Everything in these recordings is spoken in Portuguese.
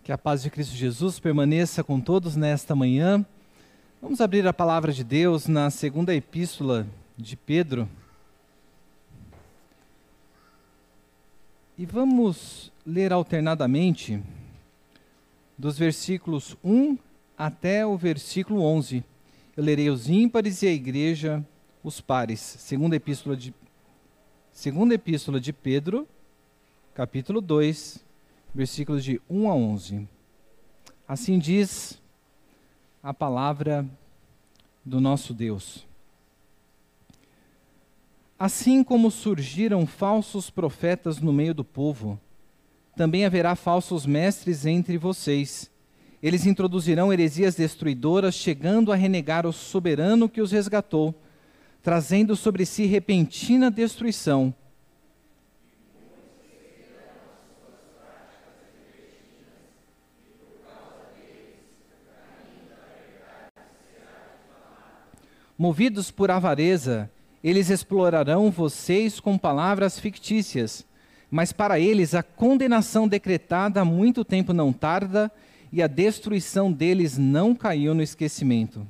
Que a paz de Cristo Jesus permaneça com todos nesta manhã. Vamos abrir a palavra de Deus na segunda epístola de Pedro. E vamos ler alternadamente dos versículos 1 até o versículo 11. Eu lerei os ímpares e a igreja os pares. Segunda epístola de Pedro, capítulo 2, versículos de 1 a 11. Assim diz a palavra do nosso Deus. Assim como surgiram falsos profetas no meio do povo, também haverá falsos mestres entre vocês. Eles introduzirão heresias destruidoras, chegando a renegar o soberano que os resgatou, trazendo sobre si repentina destruição. Movidos por avareza, eles explorarão vocês com palavras fictícias, mas para eles a condenação decretada há muito tempo não tarda e a destruição deles não caiu no esquecimento.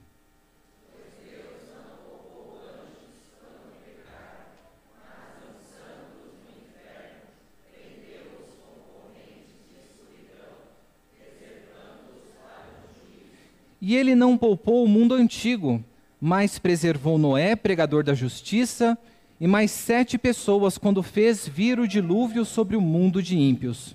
E ele não poupou o mundo antigo, mas preservou Noé, pregador da justiça, e mais 7 pessoas quando fez vir o dilúvio sobre o mundo de ímpios.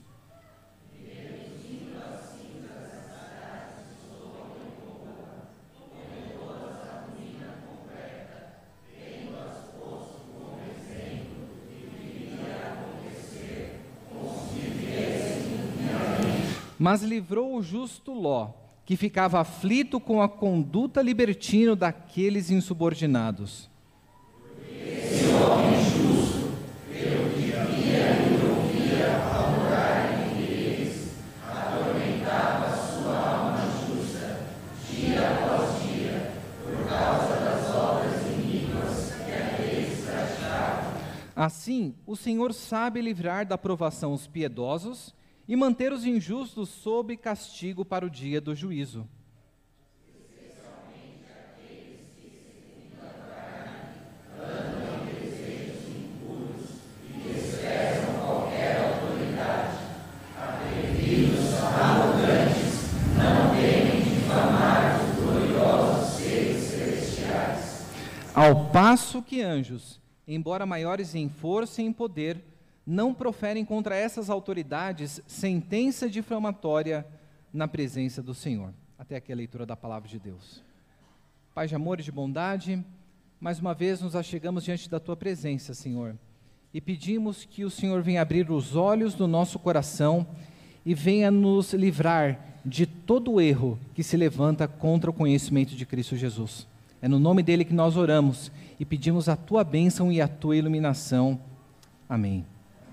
Mas livrou o justo Ló, que ficava aflito com a conduta libertina daqueles insubordinados. Esse homem justo, pelo que via e ouvia ao morar entre eles, atormentava a sua alma justa, dia após dia, por causa das obras iníquas que aqueles praticavam. Assim, o Senhor sabe livrar da provação os piedosos e manter os injustos sob castigo para o dia do juízo. Especialmente aqueles que, segundo a carne, andam em desejos impuros e desprezam qualquer autoridade, atrevidos, arrogantes, não temem difamar os gloriosos seres celestiais. Ao passo que anjos, embora maiores em força e em poder, não proferem contra essas autoridades sentença difamatória na presença do Senhor. Até aqui a leitura da palavra de Deus. Pai de amor e de bondade, mais uma vez nos achegamos diante da Tua presença, Senhor, e pedimos que o Senhor venha abrir os olhos do nosso coração e venha nos livrar de todo erro que se levanta contra o conhecimento de Cristo Jesus. É no nome dele que nós oramos e pedimos a Tua bênção e a Tua iluminação. Amém.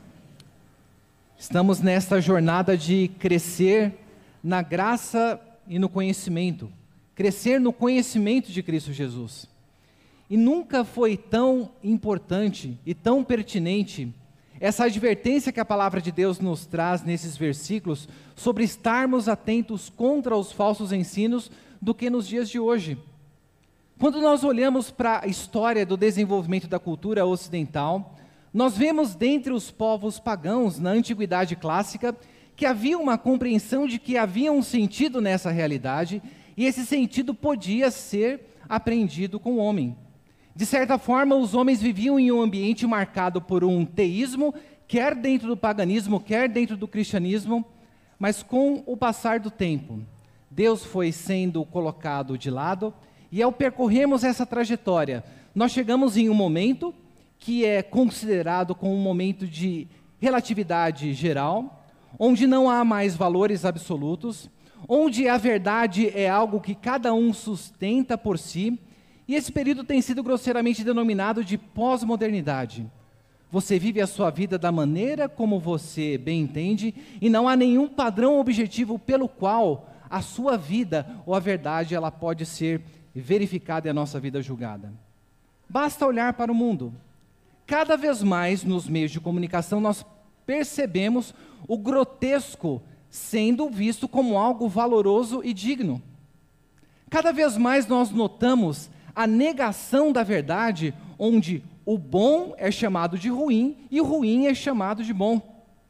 Estamos nesta jornada de crescer na graça e no conhecimento. Crescer no conhecimento de Cristo Jesus. E nunca foi tão importante e tão pertinente essa advertência que a palavra de Deus nos traz nesses versículos sobre estarmos atentos contra os falsos ensinos do que nos dias de hoje. Quando nós olhamos para a história do desenvolvimento da cultura ocidental, nós vemos dentre os povos pagãos na antiguidade clássica que havia uma compreensão de que havia um sentido nessa realidade e esse sentido podia ser aprendido com o homem. De certa forma, os homens viviam em um ambiente marcado por um teísmo, quer dentro do paganismo, quer dentro do cristianismo, mas com o passar do tempo, Deus foi sendo colocado de lado e ao percorrermos essa trajetória, nós chegamos em um momento que é considerado como um momento de relatividade geral, onde não há mais valores absolutos, onde a verdade é algo que cada um sustenta por si, e esse período tem sido grosseiramente denominado de pós-modernidade. Você vive a sua vida da maneira como você bem entende, e não há nenhum padrão objetivo pelo qual a sua vida ou a verdade ela pode ser verificada e a nossa vida julgada. Basta olhar para o mundo. Cada vez mais nos meios de comunicação nós percebemos o grotesco sendo visto como algo valoroso e digno. Cada vez mais nós notamos a negação da verdade, onde o bom é chamado de ruim e o ruim é chamado de bom.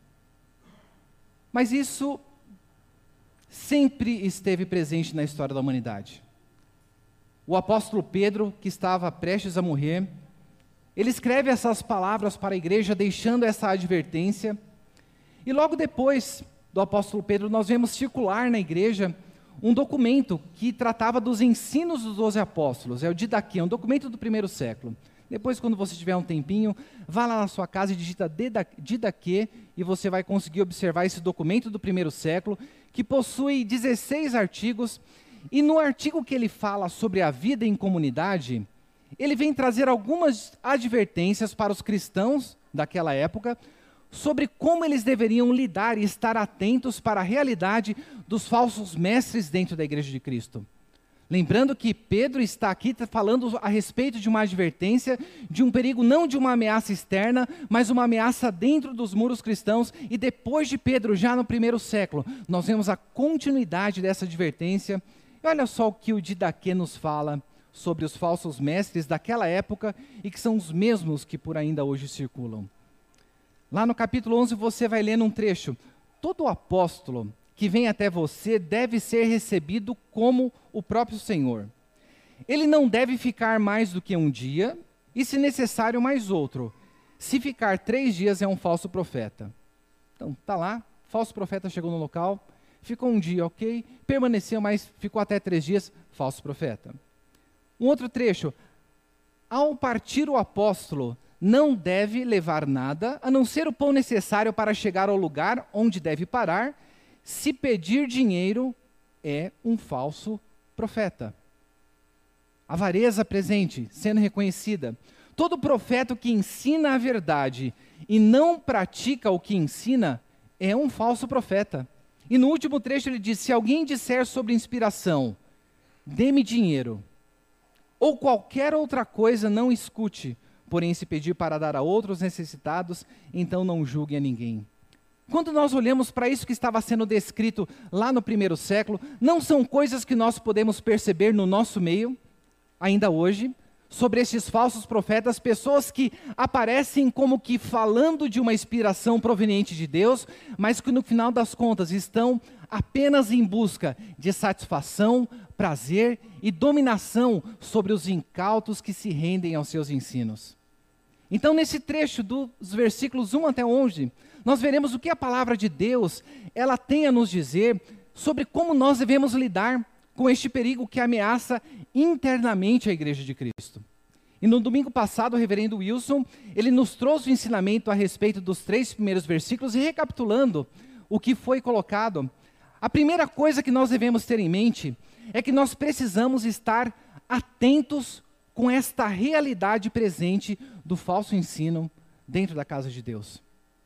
Mas isso sempre esteve presente na história da humanidade. O apóstolo Pedro, que estava prestes a morrer, ele escreve essas palavras para a igreja, deixando essa advertência. E logo depois do apóstolo Pedro, nós vemos circular na igreja um documento que tratava dos ensinos dos 12 apóstolos. É o Didaquê, um documento do primeiro século. Depois, quando você tiver um tempinho, vá lá na sua casa e digita Didaquê, e você vai conseguir observar esse documento do primeiro século, que possui 16 artigos, e no artigo que ele fala sobre a vida em comunidade, ele vem trazer algumas advertências para os cristãos daquela época, sobre como eles deveriam lidar e estar atentos para a realidade dos falsos mestres dentro da igreja de Cristo. Lembrando que Pedro está aqui falando a respeito de uma advertência, de um perigo não de uma ameaça externa, mas uma ameaça dentro dos muros cristãos. E depois de Pedro, já no primeiro século, nós vemos a continuidade dessa advertência. E olha só o que o Didaquê nos fala sobre os falsos mestres daquela época e que são os mesmos que por ainda hoje circulam. Lá no capítulo 11 você vai ler num trecho: todo apóstolo que vem até você deve ser recebido como o próprio Senhor. Ele não deve ficar mais do que um dia, e se necessário mais outro. Se ficar 3 dias é um falso profeta. Então, está lá, falso profeta chegou no local, ficou um dia, ok, permaneceu, mas ficou até 3 dias, falso profeta. Um outro trecho: ao partir o apóstolo, não deve levar nada, a não ser o pão necessário para chegar ao lugar onde deve parar. Se pedir dinheiro, é um falso profeta. Avareza presente, sendo reconhecida. Todo profeta que ensina a verdade e não pratica o que ensina, é um falso profeta. E no último trecho ele diz: se alguém disser sobre inspiração, dê-me dinheiro, ou qualquer outra coisa, não escute. Porém, se pedir para dar a outros necessitados, então não julgue a ninguém. Quando nós olhamos para isso que estava sendo descrito lá no primeiro século, não são coisas que nós podemos perceber no nosso meio, ainda hoje, sobre esses falsos profetas, pessoas que aparecem como que falando de uma inspiração proveniente de Deus, mas que no final das contas estão apenas em busca de satisfação, prazer e dominação sobre os incautos que se rendem aos seus ensinos. Então, nesse trecho dos versículos 1 até 11, nós veremos o que a palavra de Deus ela tem a nos dizer sobre como nós devemos lidar com este perigo que ameaça internamente a igreja de Cristo. E no domingo passado, o reverendo Wilson, ele nos trouxe o ensinamento a respeito dos 3 primeiros versículos, e recapitulando o que foi colocado, a primeira coisa que nós devemos ter em mente é que nós precisamos estar atentos com esta realidade presente do falso ensino dentro da casa de Deus.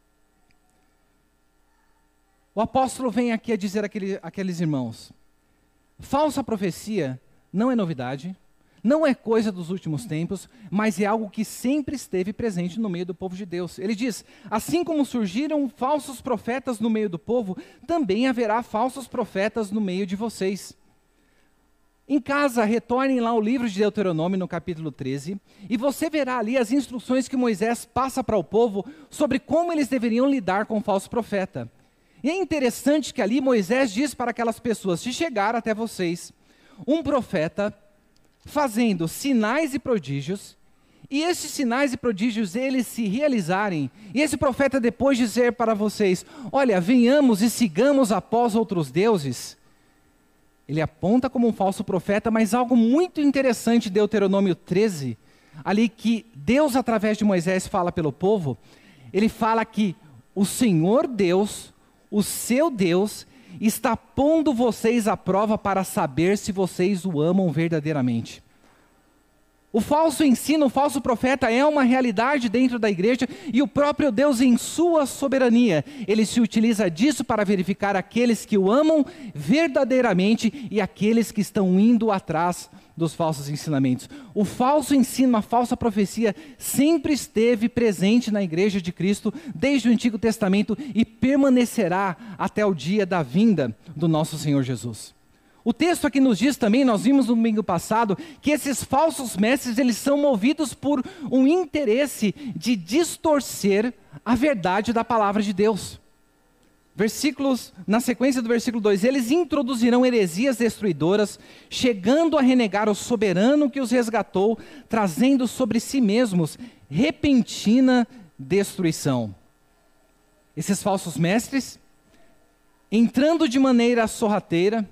O apóstolo vem aqui a dizer àqueles irmãos: falsa profecia não é novidade, não é coisa dos últimos tempos, mas é algo que sempre esteve presente no meio do povo de Deus. Ele diz: assim como surgiram falsos profetas no meio do povo, também haverá falsos profetas no meio de vocês. Em casa, retornem lá o livro de Deuteronômio, no capítulo 13, e você verá ali as instruções que Moisés passa para o povo sobre como eles deveriam lidar com o falso profeta. E é interessante que ali Moisés diz para aquelas pessoas: se chegar até vocês um profeta fazendo sinais e prodígios, e esses sinais e prodígios eles se realizarem, e esse profeta depois dizer para vocês: olha, venhamos e sigamos após outros deuses, ele aponta como um falso profeta. Mas algo muito interessante em Deuteronômio 13, ali que Deus através de Moisés fala pelo povo, ele fala que o Senhor Deus, o seu Deus, está pondo vocês à prova para saber se vocês o amam verdadeiramente. O falso ensino, o falso profeta é uma realidade dentro da igreja, e o próprio Deus, em sua soberania, ele se utiliza disso para verificar aqueles que o amam verdadeiramente e aqueles que estão indo atrás dos falsos ensinamentos. O falso ensino, a falsa profecia sempre esteve presente na igreja de Cristo desde o Antigo Testamento e permanecerá até o dia da vinda do nosso Senhor Jesus. O texto aqui nos diz também, nós vimos no domingo passado, que esses falsos mestres, eles são movidos por um interesse de distorcer a verdade da palavra de Deus. Na sequência do versículo 2, eles introduzirão heresias destruidoras, chegando a renegar o soberano que os resgatou, trazendo sobre si mesmos repentina destruição. Esses falsos mestres, entrando de maneira sorrateira,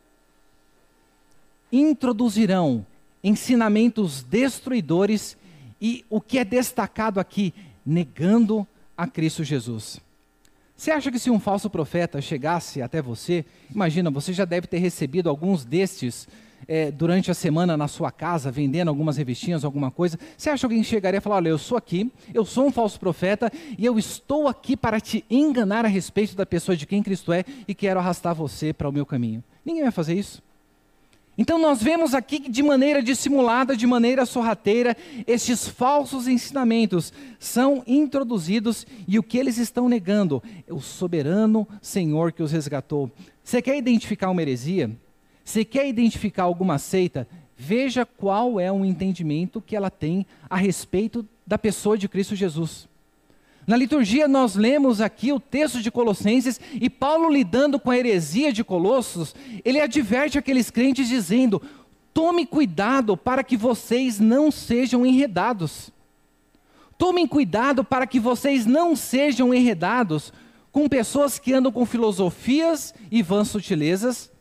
introduzirão ensinamentos destruidores e, o que é destacado aqui, negando a Cristo Jesus. Você acha que se um falso profeta chegasse até você, imagina, você já deve ter recebido alguns destes durante a semana na sua casa, vendendo algumas revistinhas, alguma coisa. Você acha que alguém chegaria e falar, olha, eu sou aqui, eu sou um falso profeta e eu estou aqui para te enganar a respeito da pessoa de quem Cristo é e quero arrastar você para o meu caminho? Ninguém vai fazer isso. Então nós vemos aqui que de maneira dissimulada, de maneira sorrateira, estes falsos ensinamentos são introduzidos e o que eles estão negando é o soberano Senhor que os resgatou. Você quer identificar uma heresia? Você quer identificar alguma seita? Veja qual é o entendimento que ela tem a respeito da pessoa de Cristo Jesus. Na liturgia nós lemos aqui o texto de Colossenses e Paulo lidando com a heresia de Colossos, ele adverte aqueles crentes dizendo, tome cuidado para que vocês não sejam enredados. Tomem cuidado para que vocês não sejam enredados com pessoas que andam com filosofias e vãs sutilezas,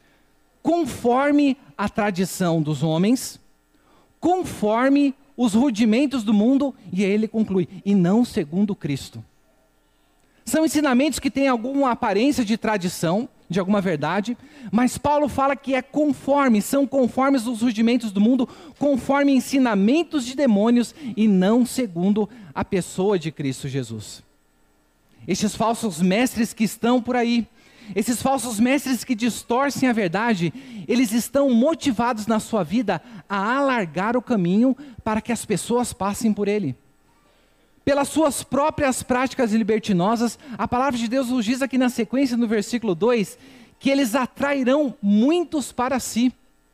conforme a tradição dos homens, conforme os rudimentos do mundo, e aí ele conclui, e não segundo Cristo. São ensinamentos que têm alguma aparência de tradição, de alguma verdade, mas Paulo fala que são conformes os rudimentos do mundo, conforme ensinamentos de demônios, e não segundo a pessoa de Cristo Jesus. Estes falsos mestres que estão por aí, esses falsos mestres que distorcem a verdade, eles estão motivados na sua vida a alargar o caminho para que as pessoas passem por ele. Pelas suas próprias práticas libertinosas, a palavra de Deus nos diz aqui na sequência, no versículo 2, que eles atrairão muitos para si.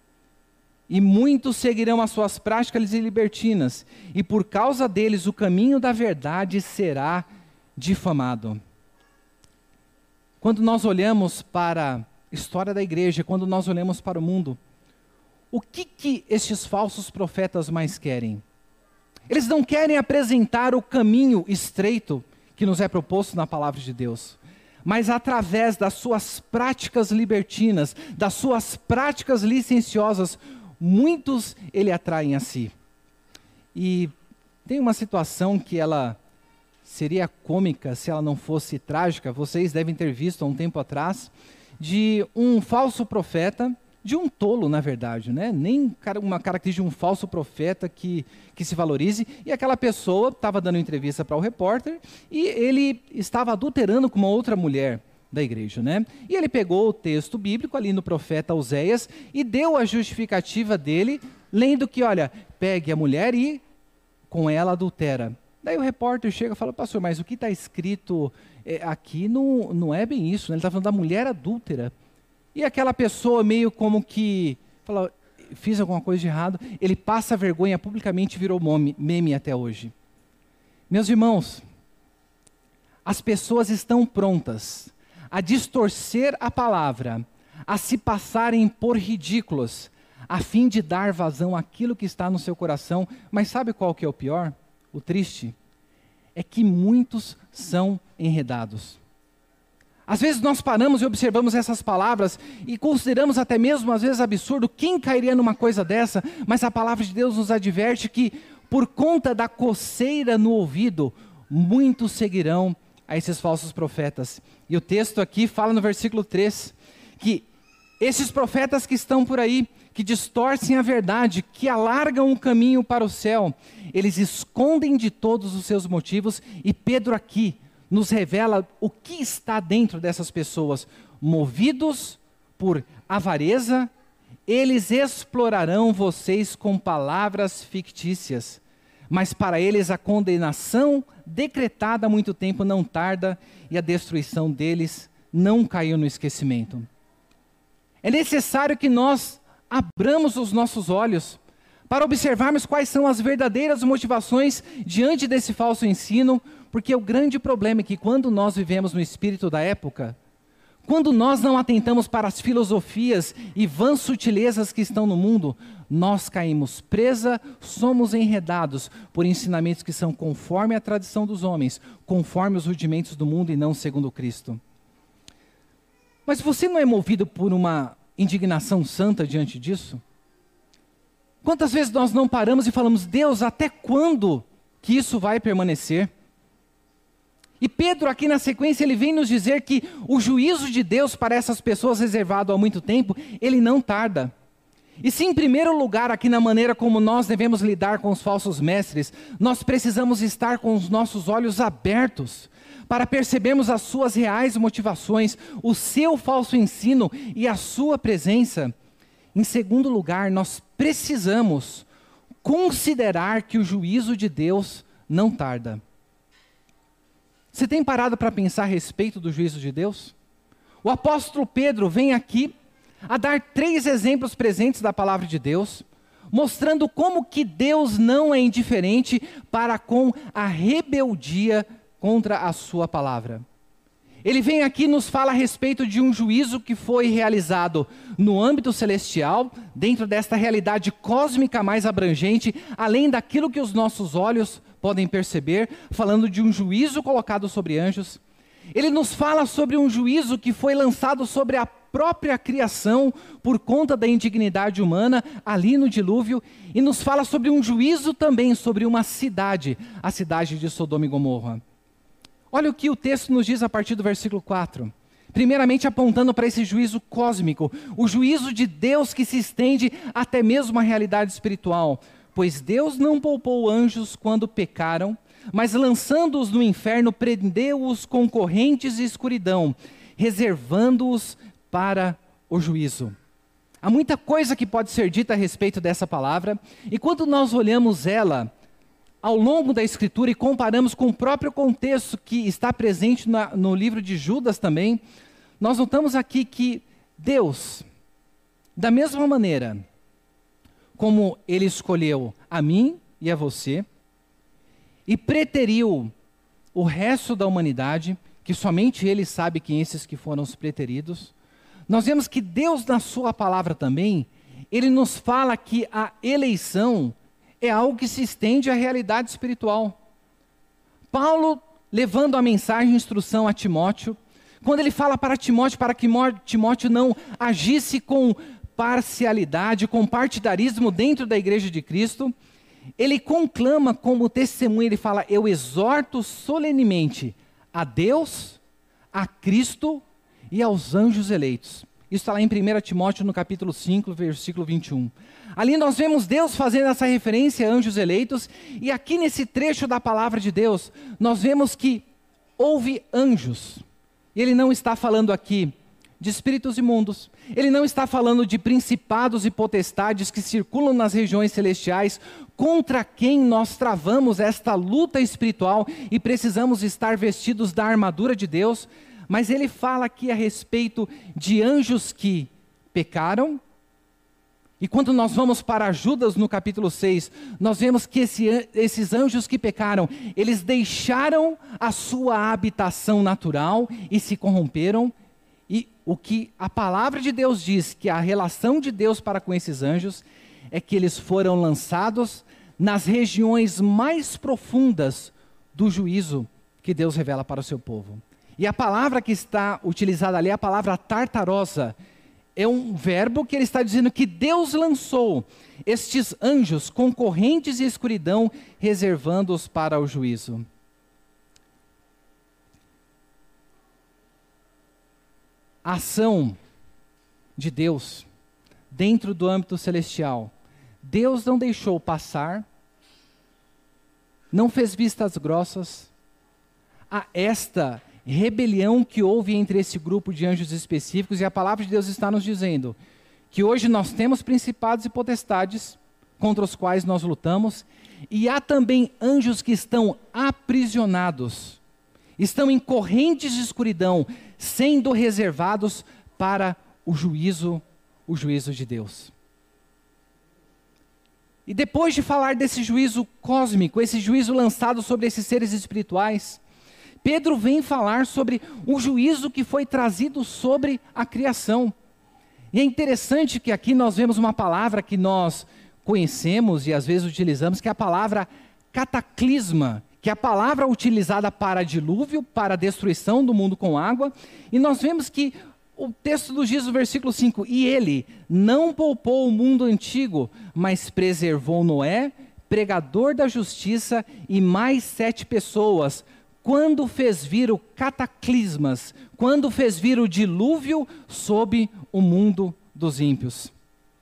E muitos seguirão as suas práticas libertinas, e por causa deles o caminho da verdade será difamado. Quando nós olhamos para a história da igreja, quando nós olhamos para o mundo, o que estes falsos profetas mais querem? Eles não querem apresentar o caminho estreito que nos é proposto na palavra de Deus, mas através das suas práticas libertinas, das suas práticas licenciosas, muitos ele atraem a si. E tem uma situação que ela seria cômica se ela não fosse trágica. Vocês devem ter visto há um tempo atrás de um falso profeta, de um tolo na verdade, né? Nem uma característica de um falso profeta que se valorize, e aquela pessoa estava dando entrevista para o repórter e ele estava adulterando com uma outra mulher da igreja, né? E ele pegou o texto bíblico ali no profeta Oséias e deu a justificativa dele, lendo que, olha, pegue a mulher e com ela adultera. Daí o repórter chega e fala, pastor, mas o que está escrito aqui não é bem isso, né? Ele está falando da mulher adúltera. E aquela pessoa meio como que fala, fiz alguma coisa de errado, ele passa vergonha publicamente e virou meme até hoje. Meus irmãos, as pessoas estão prontas a distorcer a palavra, a se passarem por ridículos, a fim de dar vazão àquilo que está no seu coração. Mas sabe qual que é o pior? O triste é que muitos são enredados. Às vezes nós paramos e observamos essas palavras e consideramos até mesmo, às vezes, absurdo. Quem cairia numa coisa dessa? Mas a palavra de Deus nos adverte que, por conta da coceira no ouvido, muitos seguirão a esses falsos profetas. E o texto aqui fala no versículo 3, que esses profetas que estão por aí, que distorcem a verdade, que alargam o caminho para o céu, eles escondem de todos os seus motivos, e Pedro aqui nos revela o que está dentro dessas pessoas, movidos por avareza eles explorarão vocês com palavras fictícias, mas para eles a condenação decretada há muito tempo não tarda e a destruição deles não caiu no esquecimento. É necessário que nós abramos os nossos olhos para observarmos quais são as verdadeiras motivações diante desse falso ensino, porque o grande problema é que quando nós vivemos no espírito da época, quando nós não atentamos para as filosofias e vãs sutilezas que estão no mundo, nós caímos presa, somos enredados por ensinamentos que são conforme a tradição dos homens, conforme os rudimentos do mundo e não segundo Cristo. Mas você não é movido por uma indignação santa diante disso? Quantas vezes nós não paramos e falamos, Deus, até quando que isso vai permanecer? E Pedro aqui na sequência, ele vem nos dizer que o juízo de Deus para essas pessoas reservado há muito tempo, ele não tarda. E se em primeiro lugar aqui na maneira como nós devemos lidar com os falsos mestres, nós precisamos estar com os nossos olhos abertos para percebermos as suas reais motivações, o seu falso ensino e a sua presença. Em segundo lugar, nós precisamos considerar que o juízo de Deus não tarda. Você tem parado para pensar a respeito do juízo de Deus? O apóstolo Pedro vem aqui a dar 3 exemplos presentes da palavra de Deus, mostrando como que Deus não é indiferente para com a rebeldia contra a sua palavra. Ele vem aqui e nos fala a respeito de um juízo que foi realizado no âmbito celestial, dentro desta realidade cósmica mais abrangente, além daquilo que os nossos olhos podem perceber, falando de um juízo colocado sobre anjos. Ele nos fala sobre um juízo que foi lançado sobre a própria criação por conta da indignidade humana ali no dilúvio, e nos fala sobre um juízo também sobre uma cidade, a cidade de Sodoma e Gomorra. Olha o que o texto nos diz a partir do versículo 4. Primeiramente apontando para esse juízo cósmico, o juízo de Deus que se estende até mesmo à realidade espiritual. Pois Deus não poupou anjos quando pecaram, mas lançando-os no inferno, prendeu-os com correntes e escuridão, reservando-os para o juízo. Há muita coisa que pode ser dita a respeito dessa palavra, e quando nós olhamos ela ao longo da Escritura e comparamos com o próprio contexto que está presente no livro de Judas também, nós notamos aqui que Deus, da mesma maneira como Ele escolheu a mim e a você, e preteriu o resto da humanidade, que somente Ele sabe quem esses que foram os preteridos, nós vemos que Deus, na sua palavra também, Ele nos fala que a eleição é algo que se estende à realidade espiritual. Paulo, levando a mensagem, a instrução a Timóteo, quando ele fala para Timóteo, para que Timóteo não agisse com parcialidade, com partidarismo dentro da igreja de Cristo, ele conclama como testemunho, ele fala, eu exorto solenemente a Deus, a Cristo e aos anjos eleitos. Isso está lá em 1 Timóteo, no capítulo 5, versículo 21. Ali nós vemos Deus fazendo essa referência a anjos eleitos, e aqui nesse trecho da palavra de Deus, nós vemos que houve anjos. E ele não está falando aqui de espíritos imundos, ele não está falando de principados e potestades que circulam nas regiões celestiais, contra quem nós travamos esta luta espiritual e precisamos estar vestidos da armadura de Deus. Mas ele fala aqui a respeito de anjos que pecaram. E quando nós vamos para Judas no capítulo 6, nós vemos que esses anjos que pecaram, eles deixaram a sua habitação natural e se corromperam. E o que a palavra de Deus diz, que a relação de Deus para com esses anjos, é que eles foram lançados nas regiões mais profundas do juízo que Deus revela para o seu povo. E a palavra que está utilizada ali, a palavra tartarosa, é um verbo que ele está dizendo que Deus lançou estes anjos com correntes e escuridão, reservando-os para o juízo. A ação de Deus dentro do âmbito celestial, Deus não deixou passar, não fez vistas grossas a esta rebelião que houve entre esse grupo de anjos específicos, e a palavra de Deus está nos dizendo que hoje nós temos principados e potestades contra os quais nós lutamos, e há também anjos que estão aprisionados, estão em correntes de escuridão, sendo reservados para o juízo de Deus. E depois de falar desse juízo cósmico, esse juízo lançado sobre esses seres espirituais, Pedro vem falar sobre o juízo que foi trazido sobre a criação. E é interessante que aqui nós vemos uma palavra que nós conhecemos e às vezes utilizamos, que é a palavra cataclisma, que é a palavra utilizada para dilúvio, para a destruição do mundo com água. E nós vemos que o texto nos diz no versículo 5, e ele não poupou o mundo antigo, mas preservou Noé, pregador da justiça, e mais 7 pessoas, quando fez vir o cataclismas, quando fez vir o dilúvio sobre o mundo dos ímpios.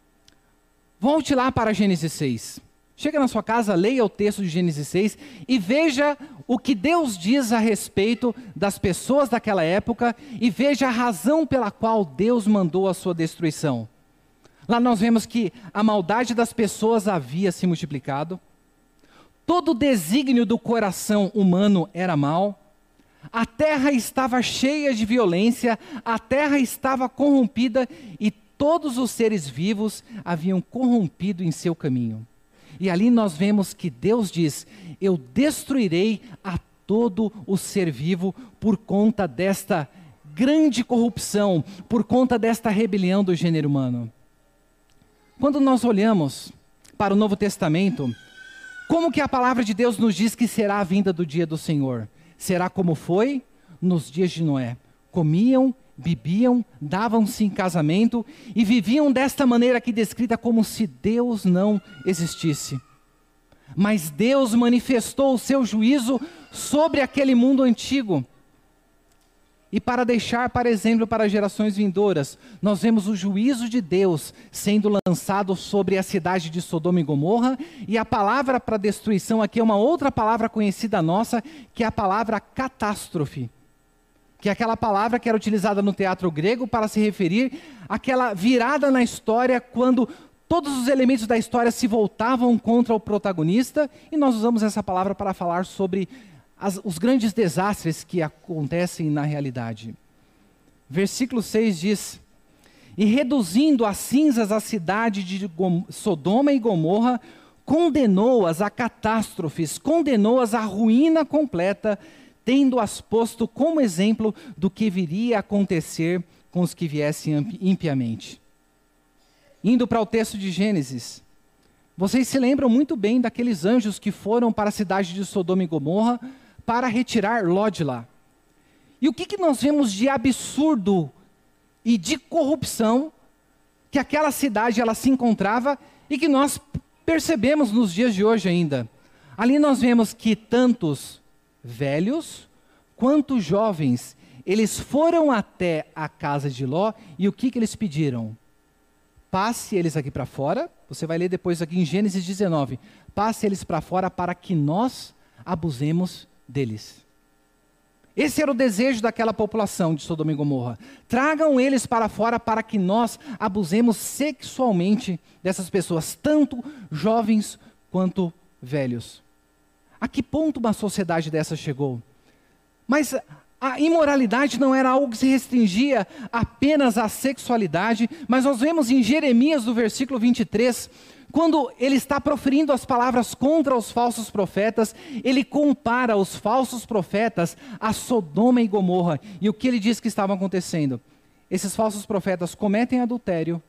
Volte lá para Gênesis 6. Chega na sua casa, leia o texto de Gênesis 6 e veja o que Deus diz a respeito das pessoas daquela época e veja a razão pela qual Deus mandou a sua destruição. Lá nós vemos que a maldade das pessoas havia se multiplicado, todo o desígnio do coração humano era mau, a terra estava cheia de violência, a terra estava corrompida e todos os seres vivos haviam corrompido em seu caminho. E ali nós vemos que Deus diz, eu destruirei a todo o ser vivo por conta desta grande corrupção, por conta desta rebelião do gênero humano. Quando nós olhamos para o Novo Testamento, como que a palavra de Deus nos diz que será a vinda do dia do Senhor? Será como foi nos dias de Noé. Comiam, bebiam, davam-se em casamento e viviam desta maneira aqui descrita como se Deus não existisse. Mas Deus manifestou o seu juízo sobre aquele mundo antigo. E para deixar para exemplo para gerações vindouras, nós vemos o juízo de Deus sendo lançado sobre a cidade de Sodoma e Gomorra, e a palavra para destruição aqui é uma outra palavra conhecida nossa, que é a palavra catástrofe. Que é aquela palavra que era utilizada no teatro grego para se referir àquela virada na história quando todos os elementos da história se voltavam contra o protagonista, e nós usamos essa palavra para falar sobre os grandes desastres que acontecem na realidade. Versículo 6 diz, e reduzindo a cinzas a cidade de Sodoma e Gomorra, condenou-as a catástrofes, condenou-as à ruína completa, tendo-as posto como exemplo do que viria a acontecer com os que viessem impiamente. Indo para o texto de Gênesis, vocês se lembram muito bem daqueles anjos que foram para a cidade de Sodoma e Gomorra para retirar Ló de lá. E o que nós vemos de absurdo e de corrupção que aquela cidade ela se encontrava e que nós percebemos nos dias de hoje ainda. Ali nós vemos que tantos velhos quanto jovens, eles foram até a casa de Ló e o que eles pediram? Passe eles aqui para fora, você vai ler depois aqui em Gênesis 19, passe eles para fora para que nós abusemos deles. Esse era o desejo daquela população de Sodoma e Gomorra. Tragam eles para fora para que nós abusemos sexualmente dessas pessoas, tanto jovens quanto velhos. A que ponto uma sociedade dessa chegou? Mas a imoralidade não era algo que se restringia apenas à sexualidade, mas nós vemos em Jeremias, no versículo 23, quando ele está proferindo as palavras contra os falsos profetas, ele compara os falsos profetas a Sodoma e Gomorra. E o que ele diz que estava acontecendo? Esses falsos profetas cometem adultério,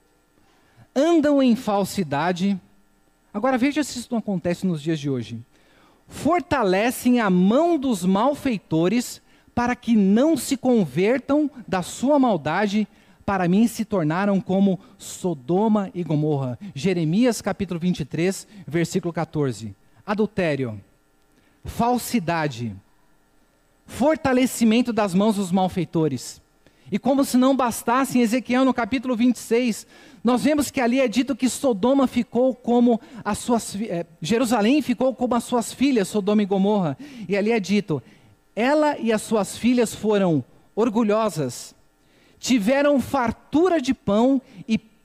andam em falsidade. Agora veja se isso não acontece nos dias de hoje. Fortalecem a mão dos malfeitores para que não se convertam da sua maldade, para mim se tornaram como Sodoma e Gomorra. Jeremias capítulo 23, versículo 14. Adultério, falsidade, fortalecimento das mãos dos malfeitores. E como se não bastasse, em Ezequiel no capítulo 26, nós vemos que ali é dito que Sodoma ficou como as suas, Jerusalém ficou como as suas filhas, Sodoma e Gomorra. E ali é dito, ela e as suas filhas foram orgulhosas, tiveram fartura de pão e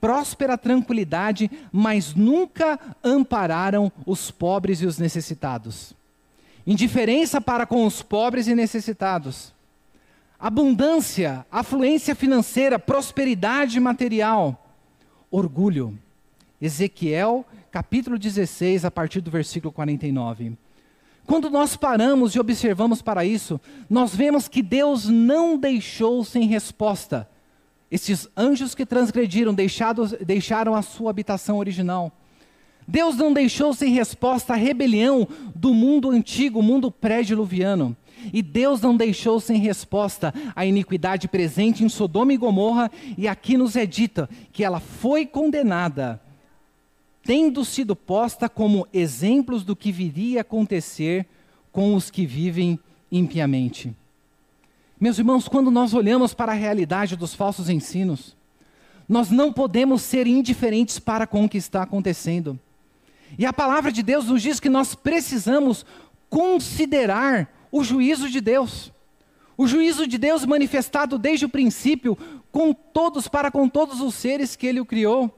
próspera tranquilidade, mas nunca ampararam os pobres e os necessitados. Indiferença para com os pobres e necessitados. Abundância, afluência financeira, prosperidade material. Orgulho. Ezequiel, capítulo 16, a partir do versículo 49. Quando nós paramos e observamos para isso, nós vemos que Deus não deixou sem resposta esses anjos que transgrediram, deixaram a sua habitação original. Deus não deixou sem resposta a rebelião do mundo antigo, o mundo pré-diluviano. E Deus não deixou sem resposta a iniquidade presente em Sodoma e Gomorra, e aqui nos é dita que ela foi condenada, tendo sido posta como exemplos do que viria a acontecer com os que vivem impiamente. Meus irmãos, quando nós olhamos para a realidade dos falsos ensinos, nós não podemos ser indiferentes para com o que está acontecendo. E a palavra de Deus nos diz que nós precisamos considerar o juízo de Deus. O juízo de Deus manifestado desde o princípio com todos, para com todos os seres que Ele o criou.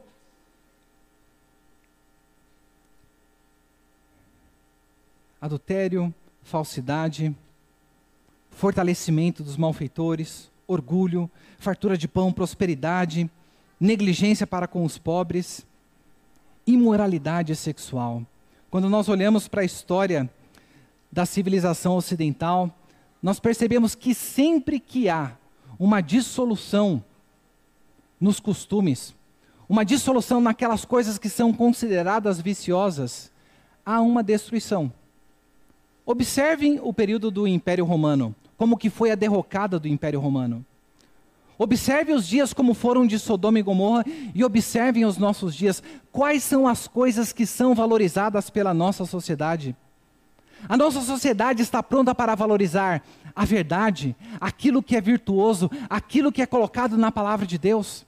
Adultério, falsidade, fortalecimento dos malfeitores, orgulho, fartura de pão, prosperidade, negligência para com os pobres, imoralidade sexual. Quando nós olhamos para a história da civilização ocidental, nós percebemos que sempre que há uma dissolução nos costumes, uma dissolução naquelas coisas que são consideradas viciosas, há uma destruição. Observem o período do Império Romano, como que foi a derrocada do Império Romano. Observe os dias como foram de Sodoma e Gomorra e observem os nossos dias. Quais são as coisas que são valorizadas pela nossa sociedade? A nossa sociedade está pronta para valorizar a verdade, aquilo que é virtuoso, aquilo que é colocado na palavra de Deus.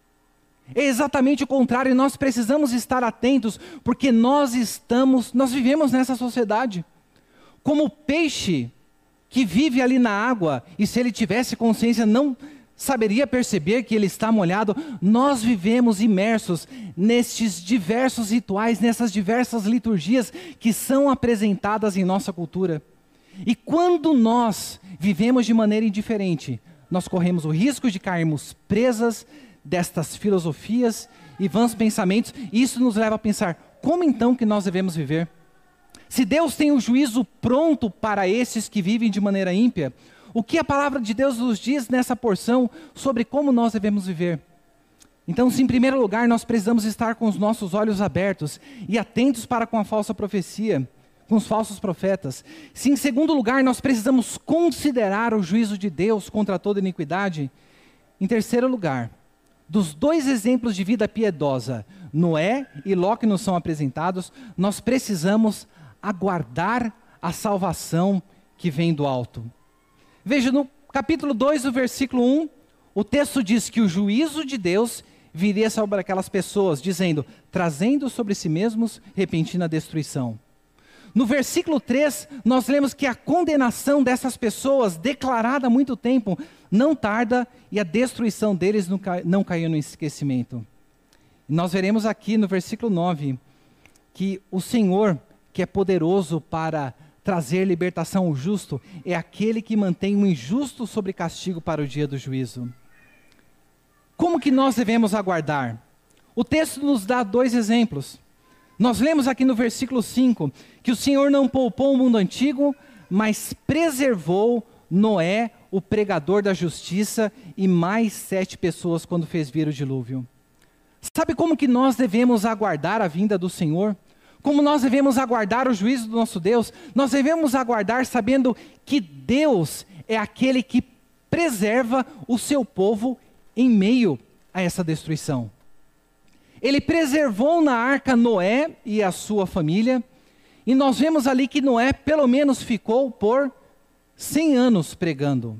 É exatamente o contrário, e nós precisamos estar atentos, porque nós vivemos nessa sociedade. Como o peixe que vive ali na água, e se ele tivesse consciência não saberia perceber que ele está molhado, nós vivemos imersos nestes diversos rituais, nessas diversas liturgias que são apresentadas em nossa cultura. E quando nós vivemos de maneira indiferente, nós corremos o risco de cairmos presas destas filosofias e vãos pensamentos, e isso nos leva a pensar, como então que nós devemos viver? Se Deus tem o juízo pronto para esses que vivem de maneira ímpia, o que a palavra de Deus nos diz nessa porção sobre como nós devemos viver? Então, se em primeiro lugar nós precisamos estar com os nossos olhos abertos e atentos para com a falsa profecia, com os falsos profetas. Se em segundo lugar nós precisamos considerar o juízo de Deus contra toda iniquidade. Em terceiro lugar, dos dois exemplos de vida piedosa, Noé e Ló que nos são apresentados, nós precisamos aguardar a salvação que vem do alto. Veja, no capítulo 2, do versículo 1, o texto diz que o juízo de Deus viria sobre aquelas pessoas, dizendo, trazendo sobre si mesmos repentina destruição. No versículo 3, nós lemos que a condenação dessas pessoas, declarada há muito tempo, não tarda e a destruição deles não caiu no esquecimento. E nós veremos aqui no versículo 9, que o Senhor, que é poderoso para trazer libertação ao justo, é aquele que mantém o injusto sob castigo para o dia do juízo. Como que nós devemos aguardar? O texto nos dá dois exemplos. Nós lemos aqui no versículo 5, que o Senhor não poupou o mundo antigo, mas preservou Noé, o pregador da justiça, e mais 7 pessoas quando fez vir o dilúvio. Sabe como que nós devemos aguardar a vinda do Senhor? Como nós devemos aguardar o juízo do nosso Deus? Nós devemos aguardar sabendo que Deus é aquele que preserva o seu povo em meio a essa destruição. Ele preservou na arca Noé e a sua família, e nós vemos ali que Noé pelo menos ficou por 100 anos pregando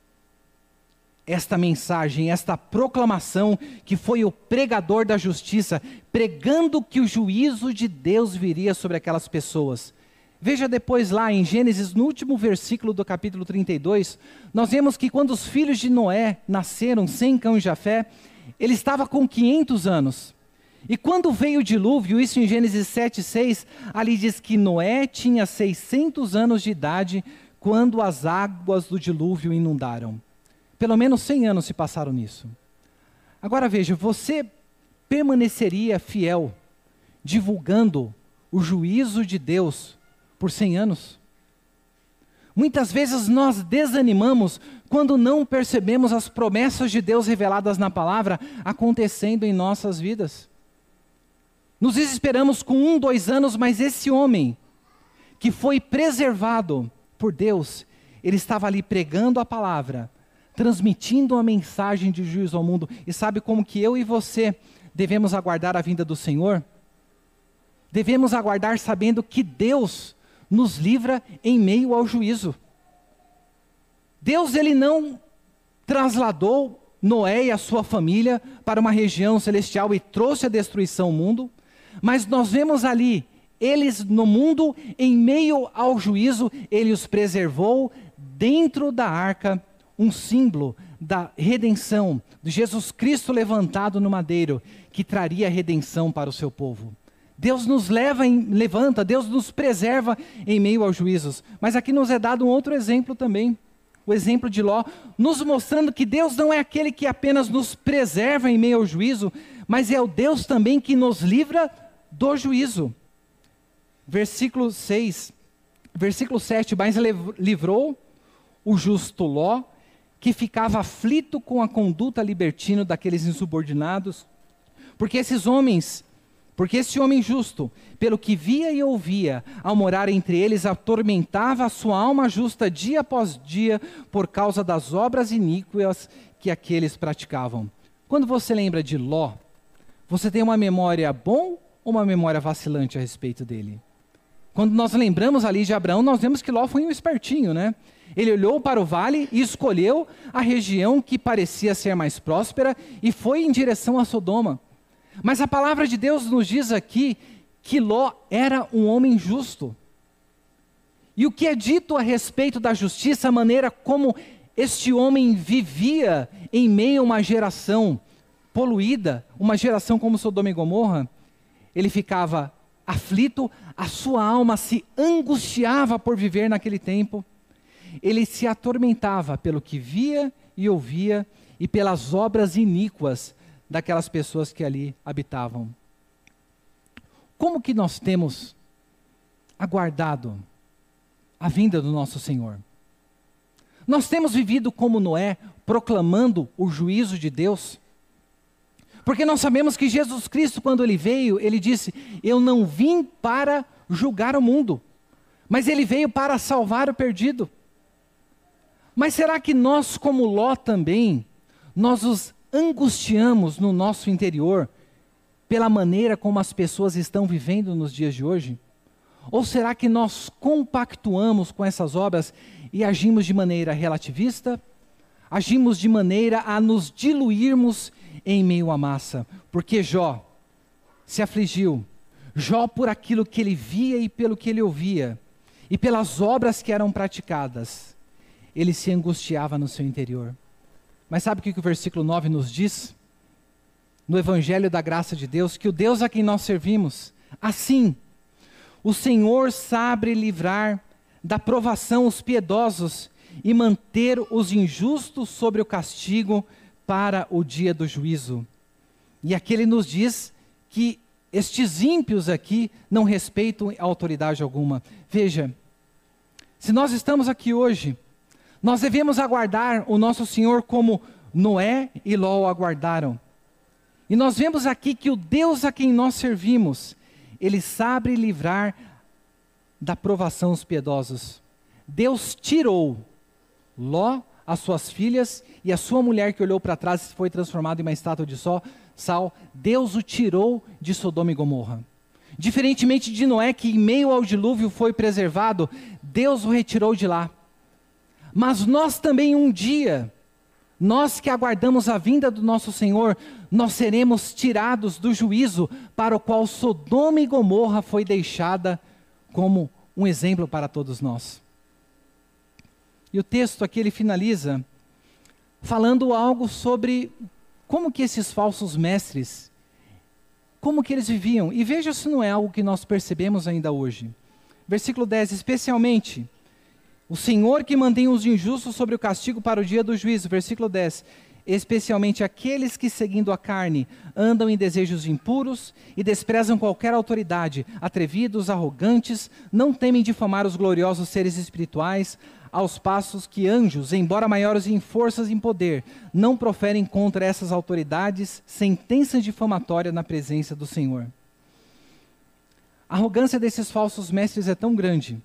esta mensagem, esta proclamação, que foi o pregador da justiça, pregando que o juízo de Deus viria sobre aquelas pessoas. Veja depois lá em Gênesis, no último versículo do capítulo 32, nós vemos que quando os filhos de Noé nasceram, Sem, Cão e Jafé, ele estava com 500 anos. E quando veio o dilúvio, isso em Gênesis 7:6, ali diz que Noé tinha 600 anos de idade quando as águas do dilúvio inundaram. Pelo menos 100 anos se passaram nisso. Agora veja, você permaneceria fiel, divulgando o juízo de Deus por 100 anos? Muitas vezes nós desanimamos quando não percebemos as promessas de Deus reveladas na palavra acontecendo em nossas vidas. Nos desesperamos com 1, 2 anos, mas esse homem que foi preservado por Deus, ele estava ali pregando a palavra, transmitindo a mensagem de juízo ao mundo. E sabe como que eu e você devemos aguardar a vinda do Senhor? Devemos aguardar sabendo que Deus nos livra em meio ao juízo. Deus, ele não trasladou Noé e a sua família para uma região celestial e trouxe a destruição ao mundo, mas nós vemos ali, eles no mundo, em meio ao juízo, ele os preservou dentro da arca, um símbolo da redenção, de Jesus Cristo levantado no madeiro, que traria redenção para o seu povo. Deus nos levanta, Deus nos preserva em meio aos juízos. Mas aqui nos é dado um outro exemplo também, o exemplo de Ló, nos mostrando que Deus não é aquele que apenas nos preserva em meio ao juízo, mas é o Deus também que nos livra do juízo. Versículo 7, mas livrou o justo Ló, que ficava aflito com a conduta libertina daqueles insubordinados, porque esse homem justo, pelo que via e ouvia, ao morar entre eles, atormentava a sua alma justa dia após dia, por causa das obras iníquas que aqueles praticavam. Quando você lembra de Ló, você tem uma memória boa ou uma memória vacilante a respeito dele? Quando nós lembramos ali de Abraão, nós vemos que Ló foi um espertinho, né? Ele olhou para o vale e escolheu a região que parecia ser mais próspera e foi em direção a Sodoma. Mas a palavra de Deus nos diz aqui que Ló era um homem justo. E o que é dito a respeito da justiça, a maneira como este homem vivia em meio a uma geração poluída, uma geração como Sodoma e Gomorra, ele ficava aflito, a sua alma se angustiava por viver naquele tempo, ele se atormentava pelo que via e ouvia e pelas obras iníquas daquelas pessoas que ali habitavam. Como que nós temos aguardado a vinda do nosso Senhor? Nós temos vivido como Noé, proclamando o juízo de Deus? Porque nós sabemos que Jesus Cristo, quando ele veio, ele disse: eu não vim para julgar o mundo, mas ele veio para salvar o perdido. Mas será que nós, como Ló também, nós os angustiamos no nosso interior pela maneira como as pessoas estão vivendo nos dias de hoje? Ou será que nós compactuamos com essas obras e agimos de maneira relativista? Agimos de maneira a nos diluirmos em meio à massa? Porque Jó se afligiu, Jó por aquilo que ele via e pelo que ele ouvia, e pelas obras que eram praticadas, ele se angustiava no seu interior. Mas sabe o que o versículo 9 nos diz? No Evangelho da Graça de Deus, que o Deus a quem nós servimos, assim, o Senhor sabe livrar da provação os piedosos e manter os injustos sobre o castigo para o dia do juízo. E aqui ele nos diz que estes ímpios aqui não respeitam a autoridade alguma. Veja, se nós estamos aqui hoje, nós devemos aguardar o nosso Senhor como Noé e Ló o aguardaram. E nós vemos aqui que o Deus a quem nós servimos, ele sabe livrar da provação os piedosos. Deus tirou Ló, as suas filhas e a sua mulher que olhou para trás e foi transformada em uma estátua de sal. Deus o tirou de Sodoma e Gomorra. Diferentemente de Noé, que em meio ao dilúvio foi preservado, Deus o retirou de lá. Mas nós também um dia, nós que aguardamos a vinda do nosso Senhor, nós seremos tirados do juízo para o qual Sodoma e Gomorra foi deixada como um exemplo para todos nós. E o texto aqui ele finaliza falando algo sobre como que esses falsos mestres, como que eles viviam? E veja se não é algo que nós percebemos ainda hoje. Versículo 10, especialmente, o Senhor que mantém os injustos sobre o castigo para o dia do juízo. Versículo 10, especialmente aqueles que, seguindo a carne, andam em desejos impuros e desprezam qualquer autoridade, atrevidos, arrogantes, não temem difamar os gloriosos seres espirituais, aos passos que anjos, embora maiores em forças e em poder, não proferem contra essas autoridades sentença difamatória na presença do Senhor. A arrogância desses falsos mestres é tão grande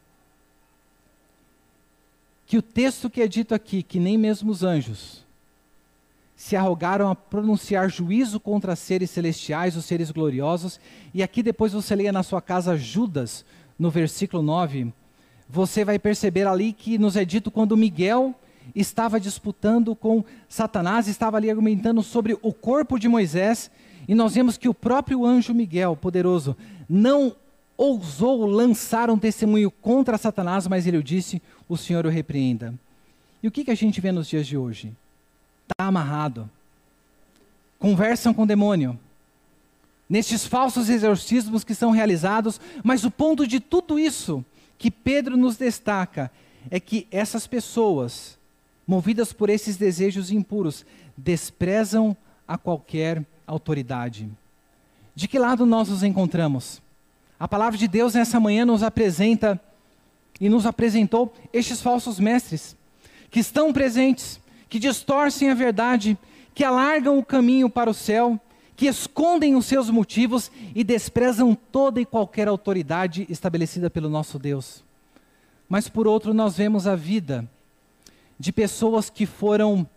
que o texto que é dito aqui, que nem mesmo os anjos se arrogaram a pronunciar juízo contra seres celestiais, os seres gloriosos, e aqui depois você leia na sua casa Judas, no versículo 9, você vai perceber ali que nos é dito quando Miguel estava disputando com Satanás, estava ali argumentando sobre o corpo de Moisés, e nós vemos que o próprio anjo Miguel, poderoso, não ousou lançar um testemunho contra Satanás, mas ele o disse, o Senhor o repreenda. E o que a gente vê nos dias de hoje? Está amarrado. Conversam com o demônio. Nestes falsos exorcismos que são realizados, mas o ponto de tudo isso que Pedro nos destaca é que essas pessoas, movidas por esses desejos impuros, desprezam a qualquer autoridade. De que lado nós nos encontramos? A palavra de Deus nessa manhã nos apresenta e nos apresentou estes falsos mestres, que estão presentes, que distorcem a verdade, que alargam o caminho para o céu, que escondem os seus motivos e desprezam toda e qualquer autoridade estabelecida pelo nosso Deus. Mas por outro, nós vemos a vida de pessoas que foram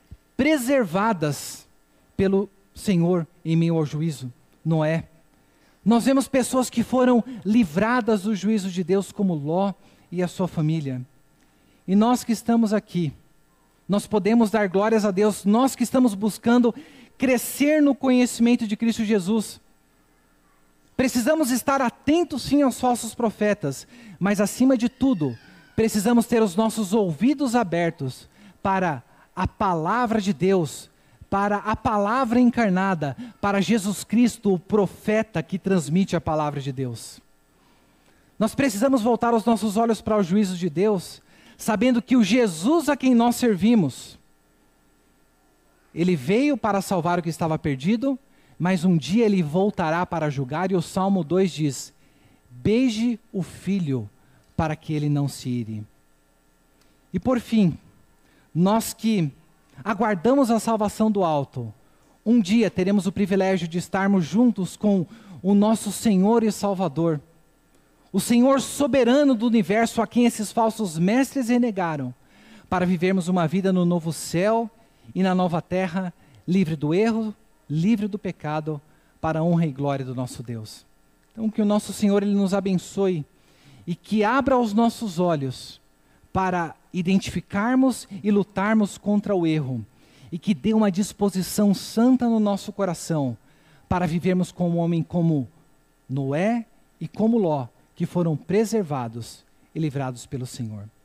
preservadas pelo Senhor em meio ao juízo. Noé. Nós vemos pessoas que foram livradas do juízo de Deus, como Ló e a sua família. E nós que estamos aqui, nós podemos dar glórias a Deus, nós que estamos buscando crescer no conhecimento de Cristo Jesus. Precisamos estar atentos sim aos falsos profetas, mas acima de tudo, precisamos ter os nossos ouvidos abertos para a palavra de Deus, para a palavra encarnada, para Jesus Cristo, o profeta que transmite a palavra de Deus. Nós precisamos voltar os nossos olhos para o juízo de Deus, sabendo que o Jesus a quem nós servimos, ele veio para salvar o que estava perdido, mas um dia ele voltará para julgar, e o Salmo 2 diz, beije o filho para que ele não se ire. E por fim, nós que aguardamos a salvação do alto, um dia teremos o privilégio de estarmos juntos com o nosso Senhor e Salvador, o Senhor soberano do universo, a quem esses falsos mestres renegaram, para vivermos uma vida no novo céu e na nova terra, livre do erro, livre do pecado, para a honra e glória do nosso Deus. Então que o nosso Senhor ele nos abençoe e que abra os nossos olhos para identificarmos e lutarmos contra o erro, e que dê uma disposição santa no nosso coração para vivermos como um homem como Noé e como Ló, que foram preservados e livrados pelo Senhor.